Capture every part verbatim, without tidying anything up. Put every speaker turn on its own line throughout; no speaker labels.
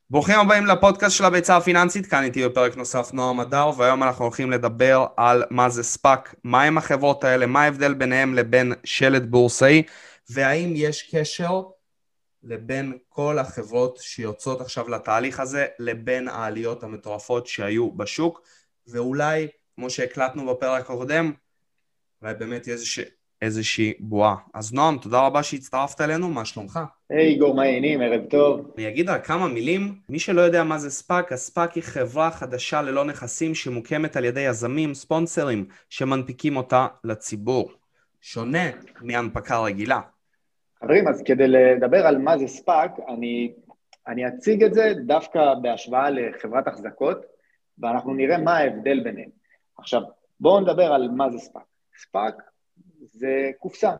ברוכים הבאים לפודקאסט של הביצה הפיננסית, כאן איתי בפרק נוסף נועם הדר, והיום אנחנו הולכים לדבר על מה זה ספאק, מה הם החברות האלה, מה ההבדל ביניהם לבין שלט בורסאי, והאם יש קשר לבין כל החברות שיוצאות עכשיו לתהליך הזה, לבין העליות המטורפות שהיו בשוק, ואולי, כמו שהקלטנו בפרק הקודם, אולי באמת איזושהי, איזושהי בועה. אז נועם, תודה רבה שהצטרפת אלינו, מה שלומך?
היי, גור, מה העניינים? ערב טוב.
אני אגיד רק כמה מילים. מי שלא יודע מה זה ספאק, הספאק היא חברה חדשה ללא נכסים שמוקמת על ידי יזמים, ספונסרים, שמנפיקים אותה לציבור. שונה מהנפקה רגילה.
חברים, אז כדי לדבר על מה זה ספאק, אני, אני אציג את זה דווקא בהשוואה לחברת החזקות, ואנחנו נראה מה ההבדל ביניהם. עכשיו, בואו נדבר על מה זה ספאק. ספאק זה קופסה.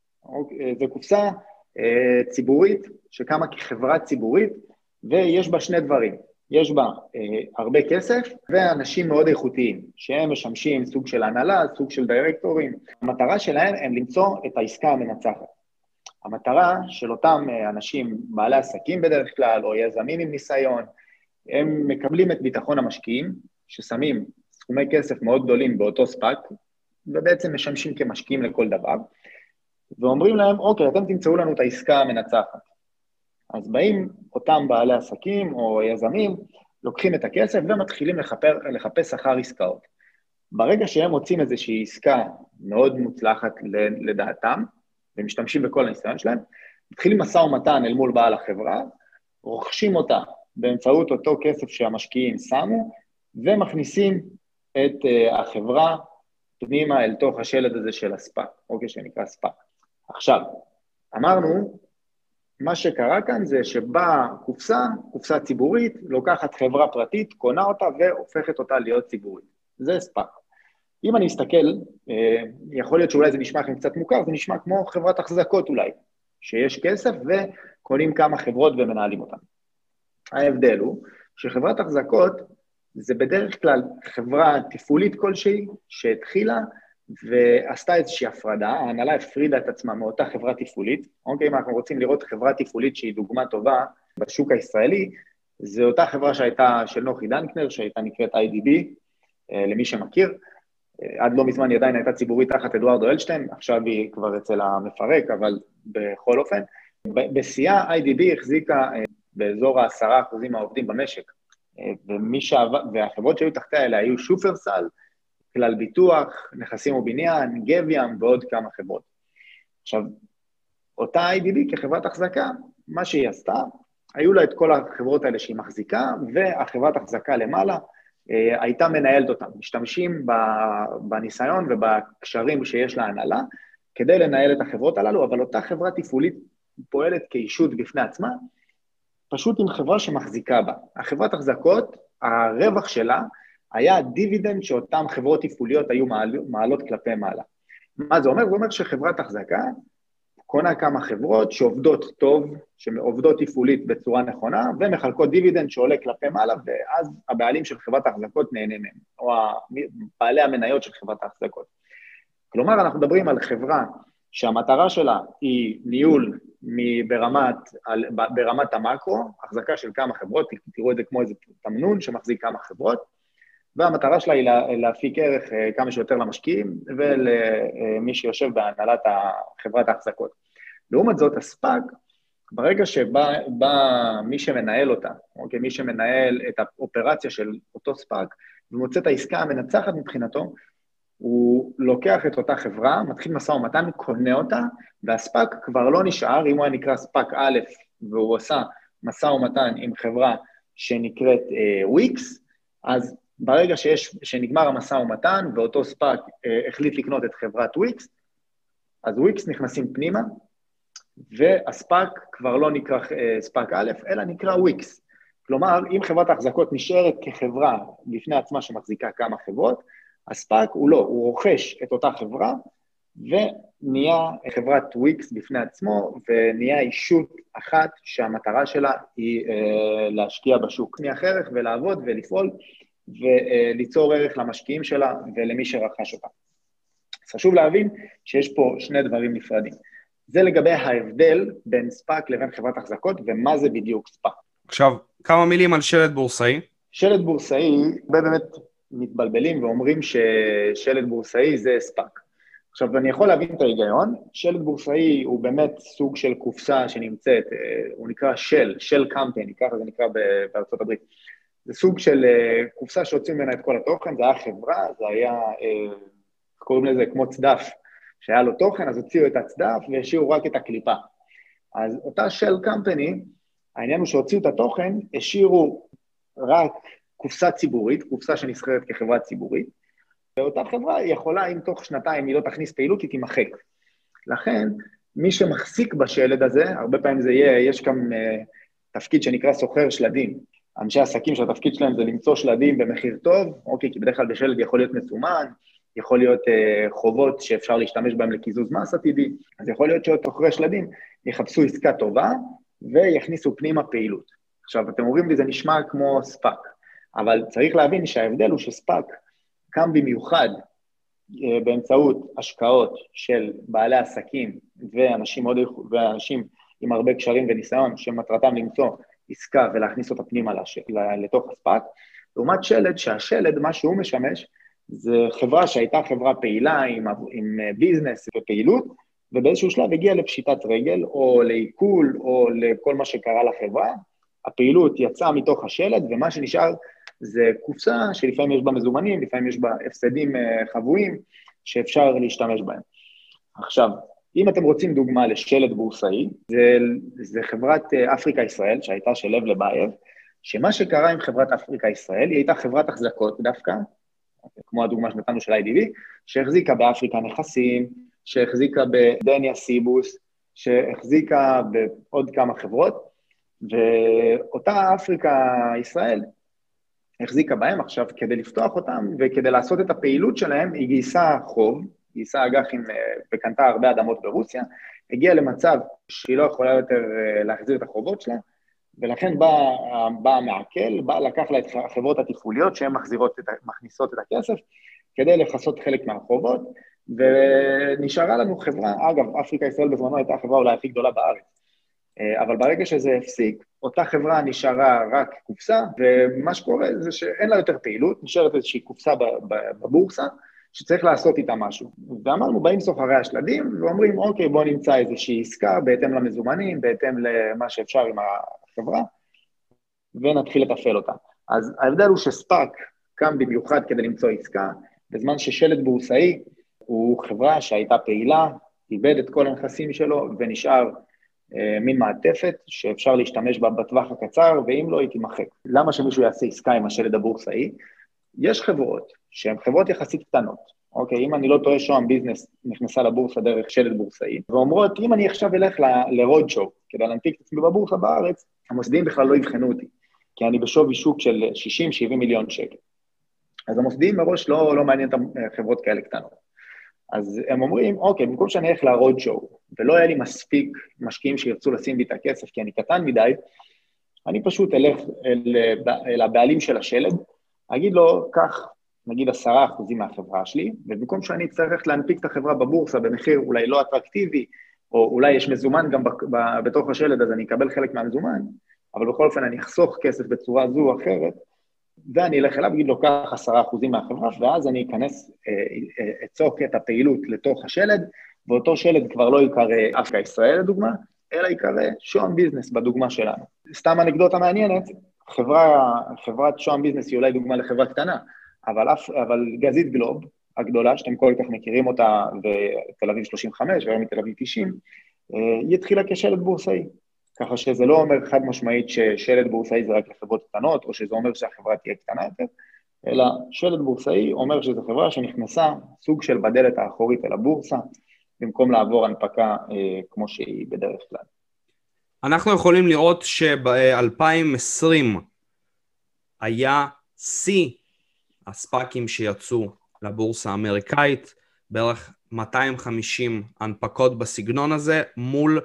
זה קופסה אה, ציבורית, שקמה כחברה ציבורית, ויש בה שני דברים. יש בה אה, הרבה כסף ואנשים מאוד איכותיים, שהם משמשים סוג של הנהלה, סוג של דירקטורים. המטרה שלהם הם למצוא את העסקה המנצחת. המטרה של אותם אנשים, בעלי עסקים בדרך כלל, או יזמים עם ניסיון, הם מקבלים את ביטחון המשקיעים, ששמים סכומי כסף מאוד גדולים באותו ספאק, ובעצם משמשים כמשקיעים לכל דבר, ואומרים להם, אוקיי, אתם תמצאו לנו את העסקה המנצחת. אז באים אותם בעלי עסקים או יזמים, לוקחים את הכסף ומתחילים לחפר, לחפש אחר עסקאות. ברגע שהם מוצאים איזושהי עסקה מאוד מוצלחת לדעתם, ומשתמשים בכל הניסיון שלהם, מתחילים משא ומתן אל מול בעל החברה, רוכשים אותה באמצעות אותו כסף שהמשקיעים שמו, ומכניסים את uh, החברה פנימה אל תוך השלד הזה של הספאק, אוקיי, שנקרא ספאק. עכשיו, אמרנו, מה שקרה כאן זה שבאה קופסה, קופסה ציבורית, לוקחת חברה פרטית, קונה אותה והופכת אותה להיות ציבורית. זה ספאק. אם אני אסתכל, יכול להיות שאולי זה נשמע לכם קצת מוכר, זה נשמע כמו חברת החזקות אולי, שיש כסף וקונים כמה חברות ומנהלים אותן. ההבדל הוא שחברת החזקות זה בדרך כלל חברה תפעולית כלשהי שהתחילה ועשתה איזושהי הפרדה, ההנהלה הפרידה את עצמה מאותה חברה תפעולית, אוקיי, אם אנחנו רוצים לראות חברה תפעולית שהיא דוגמה טובה בשוק הישראלי, זה אותה חברה שהייתה של נוחי דנקנר, שהייתה נקראת איי די בי, למי שמכיר, עד לא מזמן היא עדיין הייתה ציבורית תחת אדוארדו אלשטיין, עכשיו היא כבר אצל המפרק, אבל בכל אופן, בשיאה איי די בי החזיקה באזור העשרה אחוזים מהעובדים במשק, ומי שעבד, והחברות שהיו תחתיה האלה היו שופרסל, כלל ביטוח, נכסים ובניין, גביאם ועוד כמה חברות. עכשיו, אותה איי די בי כחברת החזקה, מה שהיא עשתה, היו לה את כל החברות האלה שהיא מחזיקה, והחברת החזקה למעלה, הייתה מנהלת אותם, משתמשים בניסיון ובקשרים שיש להנהלה, כדי לנהל את החברות הללו, אבל אותה חברה תפעולית פועלת כאישות בפני עצמה, פשוט עם חברה שמחזיקה בה. החברת החזקות, הרווח שלה, היה דיבידנד שאותן חברות תפעוליות היו מעלות כלפי מעלה. מה זה אומר? זה אומר שחברת החזקה קונה כמה חברות שעובדות טוב, שעובדות תפעולית בצורה נכונה, ומחלקות דיבידנד שעולה כלפי מעלה, ואז הבעלים של חברת ההחזקות נהנה מהם, או בעלי המניות של חברת ההחזקות. כלומר, אנחנו מדברים על חברה שהמטרה שלה היא ניהול ברמת, ברמת המקרו, החזקה של כמה חברות, תראו את זה כמו איזה תמנון שמחזיק כמה חברות, והמטרה שלה היא להפיק ערך כמה שיותר למשקיעים ולמי שיושב בהנהלת חברת ההחזקות. לעומת זאת, הספאק, ברגע שבא מי שמנהל אותה, אוקיי, מי שמנהל את האופרציה של אותו ספאק, ומוצא את העסקה המנצחת מבחינתו, הוא לוקח את אותה חברה, מתחיל משא ומתן, קונה אותה, והספאק כבר לא נשאר, אם הוא היה נקרא ספאק א', והוא עושה משא ומתן עם חברה שנקראת וויקס, אז ברגע שיש, שנגמר המשא ומתן, ואותו ספאק אה, החליט לקנות את חברת וויקס, אז וויקס נכנסים פנימה, והספאק כבר לא נקרא אה, ספאק א', אלא נקרא וויקס. כלומר, אם חברת ההחזקות נשארת כחברה בפני עצמה שמחזיקה כמה חברות, הספאק הוא לא, הוא רוכש את אותה חברה, ונהיה חברת וויקס בפני עצמו, ונהיה אישות אחת שהמטרה שלה היא אה, להשקיע בשוק. נהיה ערך ולעבוד ולפעול, וליצור ערך למשקיעים שלה ולמי שרכש אותה. אז חשוב להבין שיש פה שני דברים נפרדים. זה לגבי ההבדל בין ספאק לבין חברת החזקות, ומה זה בדיוק ספאק.
עכשיו, כמה מילים על שלד בורסאי.
שלד בורסאי, הרבה באמת מתבלבלים ואומרים ששלד בורסאי זה ספאק. עכשיו, אני יכול להבין את ההיגיון, שלד בורסאי הוא באמת סוג של קופסה שנמצאת, הוא נקרא של, של קמפיין, ככה זה נקרא בארצות הברית. זה סוג של קופסה שהוציאו ממנה את כל התוכן, זה היה חברה, זה היה, קוראים לזה כמו צדף, שהיה לו תוכן, אז הוציאו את הצדף והשאירו רק את הקליפה. אז אותה של קמפיין, העניין הוא שהוציאו את התוכן, השאירו רק קופסה ציבורית, קופסה שנסחרת כחברה ציבורית, ואותה חברה יכולה, אם תוך שנתיים היא לא תכניס פעילות, היא תימחק. לכן, מי שמחזיק בשלד הזה, הרבה פעמים זה יהיה, יש גם uh, תפקיד שנקרא סוחר שלדים. אנשי עסקים שהתפקיד שלהם זה למצוא שלדים במחיר טוב, אוקיי, כי בדרך כלל בשלד יכול להיות מסומן, יכול להיות uh, חובות שאפשר להשתמש בהם לקיזוז מס עתידי, אז יכול להיות שסוחרי שלדים יחפשו עסקה טובה, ויכניסו פנימה פעילות. עכשיו, אתם אומרים לי, זה נשמע כמו ספאק, אבל צריך להבין שההבדל הוא שספאק קם במיוחד באמצעות השקעות של בעלי עסקים ואנשים, עוד, ואנשים עם הרבה קשרים וניסיון, שמטרתם למצוא עסקה ולהכניס אותה פנימה לש, לתוך הספאק, לעומת שלד, שהשלד, מה שהוא משמש, זה חברה שהייתה חברה פעילה עם, עם ביזנס ופעילות, ובאיזשהו שלב הגיע לפשיטת רגל, או לעיכול, או לכל מה שקרה לחברה, הפעילות יצאה מתוך השלד, ומה שנשאר זה קופסה שלפעמים יש בה מזומנים, לפעמים יש בה הפסדים חבויים, שאפשר להשתמש בהם. עכשיו, אם אתם רוצים דוגמה לשלד בורסאי, זה, זה חברת אפריקה ישראל, שהייתה של לב לבייב, שמה שקרה עם חברת אפריקה ישראל, היא הייתה חברת החזקות דווקא, כמו הדוגמה שנתנו של איי די בי, שהחזיקה באפריקה נכסים, שהחזיקה בדניה סיבוס, שהחזיקה בעוד כמה חברות, ואותה אפריקה ישראל החזיקה בהם עכשיו כדי לפתוח אותם, וכדי לעשות את הפעילות שלהם, היא גייסה חוב, גייסה אג"חים וקנתה הרבה אדמות ברוסיה, הגיעה למצב שהיא לא יכולה יותר להחזיר את החובות שלה, ולכן בא, בא המעכל, בא לקח לה את החברות התפעוליות, שהן מחזירות את, מכניסות את הכסף, כדי לחסות חלק מהחובות, ונשארה לנו חברה, אגב, אפריקה ישראל בזמנו הייתה החברה אולי הכי גדולה בארץ, אבל ברגע שזה הפסיק, אותה חברה נשארה רק קופסה, ומה שקורה זה שאין לה יותר פעילות, נשארת איזושהי קופסה בבורסה, שצריך לעשות איתה משהו. ואמרנו, באים סוחרי השלדים, ואומרים, אוקיי, בוא נמצא איזושהי עסקה, בהתאם למזומנים, בהתאם למה שאפשר עם החברה, ונתחיל לתפעל אותה. אז ההבדל הוא שספאק קם במיוחד כדי למצוא עסקה, בזמן ששלד בורסאי הוא חברה שהייתה פעילה, איבד את כל הנכסים שלו, ונשאר מין מעטפת שאפשר להשתמש בה בטווח הקצר, ואם לא, היא תימחק. למה שמישהו יעשה עסקה עם השלד הבורסאי? יש חברות שהן חברות יחסית קטנות, אוקיי? אם אני לא טועה, שוהם ביזנס נכנסה לבורסה דרך שלד בורסאי, ואומרות, אם אני עכשיו אלך לרוד שואו, כדי להנפיק את עצמי בבורסה בארץ, המוסדיים בכלל לא יבחנו אותי, כי אני בשווי שוק של שישים שבעים מיליון שקל. אז המוסדיים מראש לא, לא מעניין את חברות כאלה קטנות. אז הם אומרים, אוקיי, במקום שאני אלך לרוד שואו, ולא היה לי מספיק משקיעים שירצו לשים בי את הכסף, כי אני קטן מדי, אני פשוט אלך אל, אל הבעלים של השלד, אגיד לו, כך, נגיד עשרה אחוזים מהחברה שלי, ובמקום שאני אצטרך להנפיק את החברה בבורסה במחיר אולי לא אטרקטיבי, או אולי יש מזומן גם בתוך השלד, אז אני אקבל חלק מהמזומן, אבל בכל אופן אני אחסוך כסף בצורה זו או אחרת, ואני אלך אליו, אגיד לו, כך עשרה אחוזים מהחברה, ואז אני אכנס, אצוק את הפעילות לתוך השלד, ואותו שלד כבר לא יקרא אפריקה ישראל לדוגמה, אלא יקרא שוהם ביזנס בדוגמה שלנו. סתם אנקדוטה מעניינת, חברה, חברת שוהם ביזנס היא אולי דוגמה לחברה קטנה, אבל, אבל גזית גלוב הגדולה, שאתם כל כך מכירים אותה, ותל אביב שלושים וחמש, והיום מתל אביב תשעים, היא התחילה כשלד בורסאי. ככה שזה לא אומר חד משמעית ששלד בורסאי זה רק לחברות קטנות, או שזה אומר שהחברה תהיה קטנה יותר, אלא שלד בורסאי אומר שזו חברה שנכנסה סוג של בדלת האחורית אל הבורסה, במקום לעבור הנפקה אה, כמו שהיא בדרך כלל.
אנחנו יכולים לראות שב-אלפיים עשרים היה שיא הספאקים שיצאו לבורסה האמריקאית, בערך מאתיים וחמישים הנפקות בסגנון הזה, מול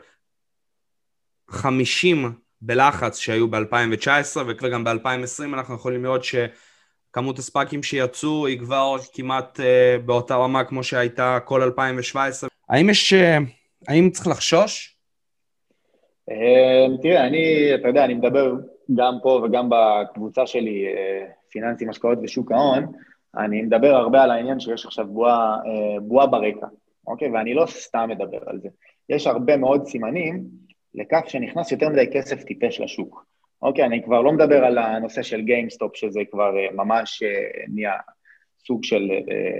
חמישים בלחץ שהיו ב-אלפיים תשע עשרה, וגם ב-אלפיים עשרים אנחנו יכולים לראות שכמות הספאקים שיצאו היא כבר כמעט uh, באותה רמה כמו שהייתה כל אלפיים שבע עשרה. האם יש, uh, האם צריך לחשוש?
תראה, אני, אתה יודע, אני מדבר גם פה וגם בקבוצה שלי, פיננסים, השקעות ושוק ההון, אני מדבר הרבה על העניין שיש עכשיו בועה, בועה ברקע, אוקיי? ואני לא סתם מדבר על זה. יש הרבה מאוד סימנים לכך שנכנס יותר מדי כסף טיפש לשוק. אוקיי, אני כבר לא מדבר על הנושא של גיימסטופ, שזה כבר ממש נהיה סוג של,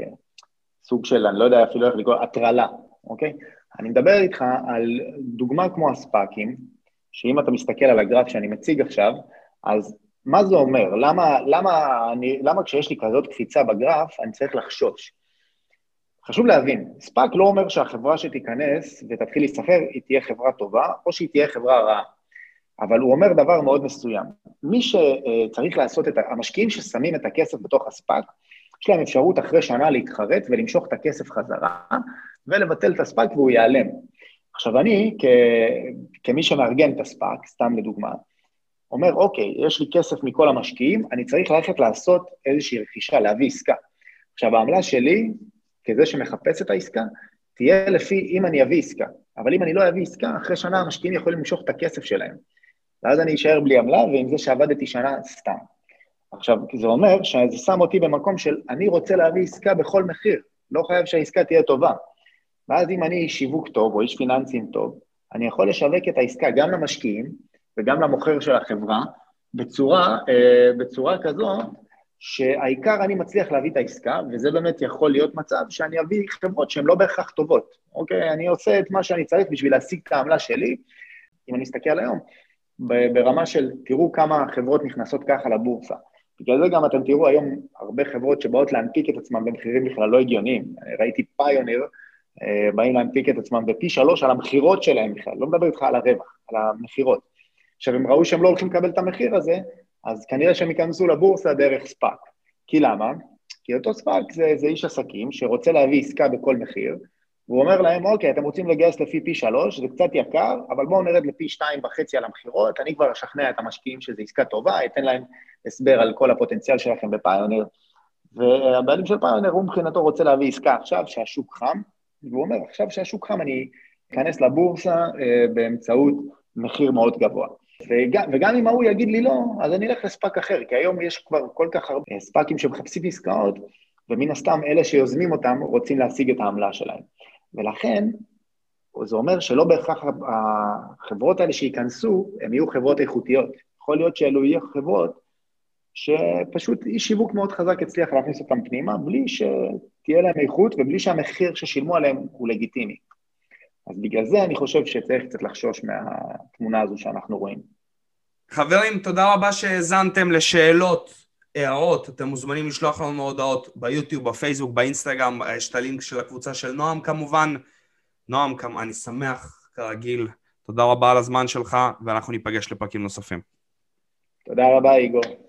סוג של, אני לא יודע אפילו איך לקרוא, הטרלה, אוקיי? אני מדבר איתך על דוגמה כמו הספאקים, שאם אתה מסתכל על הגרף שאני מציג עכשיו, אז מה זה אומר? למה, למה, אני, למה כשיש לי כזאת קפיצה בגרף, אני צריך לחשוש? חשוב להבין, ספאק לא אומר שהחברה שתיכנס ותתחיל להסחר, היא תהיה חברה טובה, או שהיא תהיה חברה רעה. אבל הוא אומר דבר מאוד מסוים. מי שצריך לעשות את, המשקיעים ששמים את הכסף בתוך הספאק, יש להם אפשרות אחרי שנה להתחרט ולמשוך את הכסף חזרה, ולבטל את הספאק והוא ייעלם. עכשיו אני, כ... כמי שמארגן את הספאק, סתם לדוגמה, אומר, אוקיי, יש לי כסף מכל המשקיעים, אני צריך ללכת לעשות איזושהי רכישה, להביא עסקה. עכשיו, העמלה שלי, כזה שמחפש את העסקה, תהיה לפי אם אני אביא עסקה. אבל אם אני לא אביא עסקה, אחרי שנה המשקיעים יכולים למשוך את הכסף שלהם. ואז אני אשאר בלי עמלה, ועם זה שעבדתי שנה סתם. עכשיו, זה אומר שזה שם אותי במקום של אני רוצה להביא עסקה בכל מחיר, לא חייב שהעסקה תהיה טובה. ואז אם אני איש שיווק טוב או איש פיננסים טוב, אני יכול לשווק את העסקה גם למשקיעים וגם למוכר של החברה, בצורה, בצורה כזו שהעיקר אני מצליח להביא את העסקה, וזה באמת יכול להיות מצב שאני אביא חברות שהן לא בהכרח טובות. אוקיי? אני עושה את מה שאני צריך בשביל להשיג את העמלה שלי, אם אני אסתכל היום, ברמה של תראו כמה חברות נכנסות ככה לבורסה. בגלל זה גם אתם תראו היום הרבה חברות שבאות להנפיק את עצמם במחירים בכלל לא הגיוניים. ראיתי פיוניר, באים להנפיק את עצמם בפי שלוש על המחירות שלהם בכלל, לא מדבר איתך על הרווח, על המחירות. עכשיו, הם ראו שהם לא הולכים לקבל את המחיר הזה, אז כנראה שהם ייכנסו לבורסה דרך ספאק. כי למה? כי אותו ספאק זה, זה איש עסקים שרוצה להביא עסקה בכל מחיר, והוא אומר להם, אוקיי, אתם רוצים לגייס לפי פי שלוש, זה קצת יקר, אבל בואו נרד לפי שתיים וחצי על המחירות, אני כבר אשכנע את המשקיעים שזו עסקה טובה, אתן להם הסבר על כל הפוטנציאל שלכם בפיוניר, והבעלים של פיוניר הוא מבחינתו רוצה להביא עסקה עכשיו שהשוק חם, והוא אומר, עכשיו שהשוק חם אני אכנס לבורסה אה, באמצעות מחיר מאוד גבוה. וגם, וגם אם הוא יגיד לי לא, אז אני אלך לספאק אחר, כי היום יש כבר כל כך הרבה ספאקים שמחפשים עסקאות, ומן הסתם אלה שיוזמים אותם רוצים להשיג את העמלה שלהם. ולכן, זה אומר שלא בהכרח החברות האלה שיכנסו, הם יהיו חברות איכותיות. יכול להיות שאלו יהיו חברות שפשוט אי שיווק מאוד חזק הצליח להכניס אותם פנימה, בלי שתהיה להם איכות ובלי שהמחיר ששילמו עליהם הוא לגיטימי. אז בגלל זה אני חושב שצריך קצת לחשוש מהתמונה הזו שאנחנו רואים.
חברים, תודה רבה שהזנתם. לשאלות, הערות, אתם מוזמנים לשלוח לנו הודעות ביוטיוב, בפייסבוק, באינסטגרם, יש את הלינק של הקבוצה של נועם כמובן. נועם, אני שמח כרגיל, תודה רבה על הזמן שלך, ואנחנו ניפגש לפרקים נוספים.
תודה רבה, איגור.